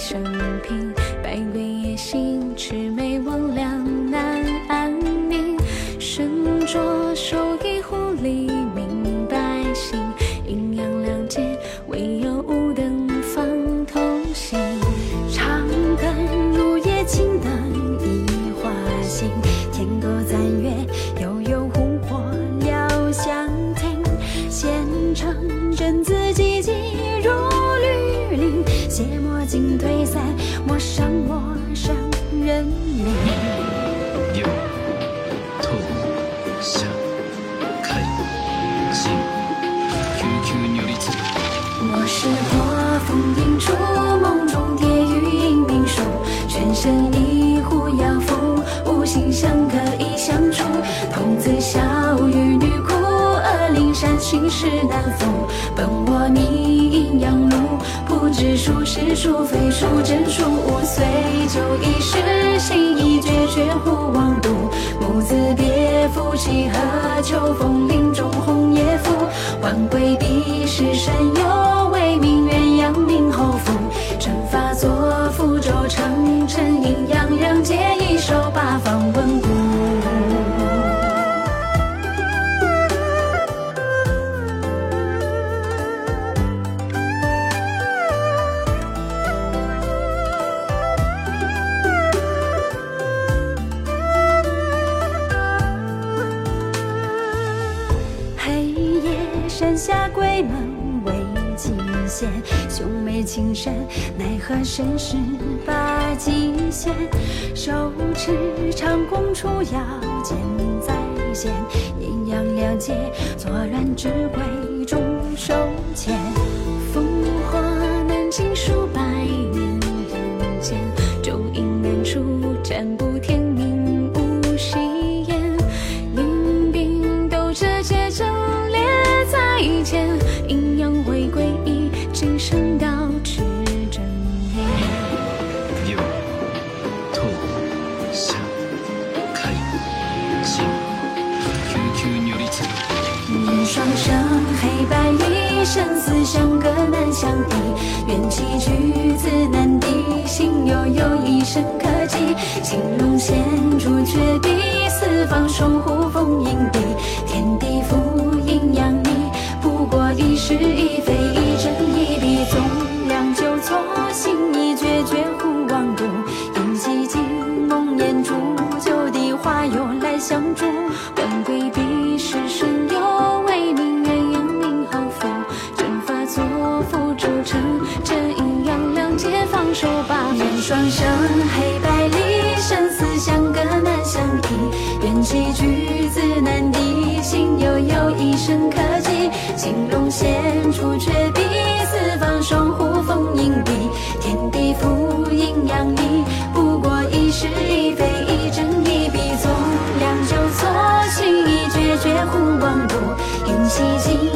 生平，百归夜行，魑魅魍魉难安宁。身着手一壶黎明百姓，阴阳两界，唯有无灯方同行。长灯入夜，青灯一花心，天狗残月，悠悠湖火燎香亭。闲乘真字寂寂如绿林，邪魔尽退散，陌上陌生人名。 六透下开心99如律。 我是破风影出梦中蝶语引兵书，全身一壶药服，无心相隔亦相处。童子笑与女哭，恶灵善心事难逢。本我迷阴阳路，不知孰是孰非孰真孰无。虽旧一世，心已决绝忽忘度。母子别夫妻和，秋风林中红叶拂。晚归避世神游，为名鸳鸯名后福。阵法作符咒成尘，阴阳两界，一手八方稳固。山下鬼门为极限，兄妹情深，奈何身世把极限。手持长弓出妖剑在先，阴阳两界，作乱之鬼众手牵。烽火难尽数百年人间，咒影难除，占卜天命无戏言。临兵斗者皆阵列在前，阴阳回归一，今生道至真言。 六透下开心99如律。 人双生，黑白一生死相隔难相敌。缘起举子难敌，心悠悠一生可及。青龙衔朱雀璧，四方守护封印地。天地覆阴阳逆，不过一时一非，一真一弊。纵量纠错，心意决绝忽忘度。因寂静梦魇住，就地化友来相助。晚归避世神游，为名鸳鸯名后福。阵法作符咒成真，阴阳两界，放手吧。人双生，黑白离，生死相隔难相依。缘起举子难敌，心悠悠一生可及。青龙衔朱雀璧，四方守护封印地。天地覆阴阳逆，不过一时一非，一真一弊。纵量纠错，心意决绝忽忘度。因寂静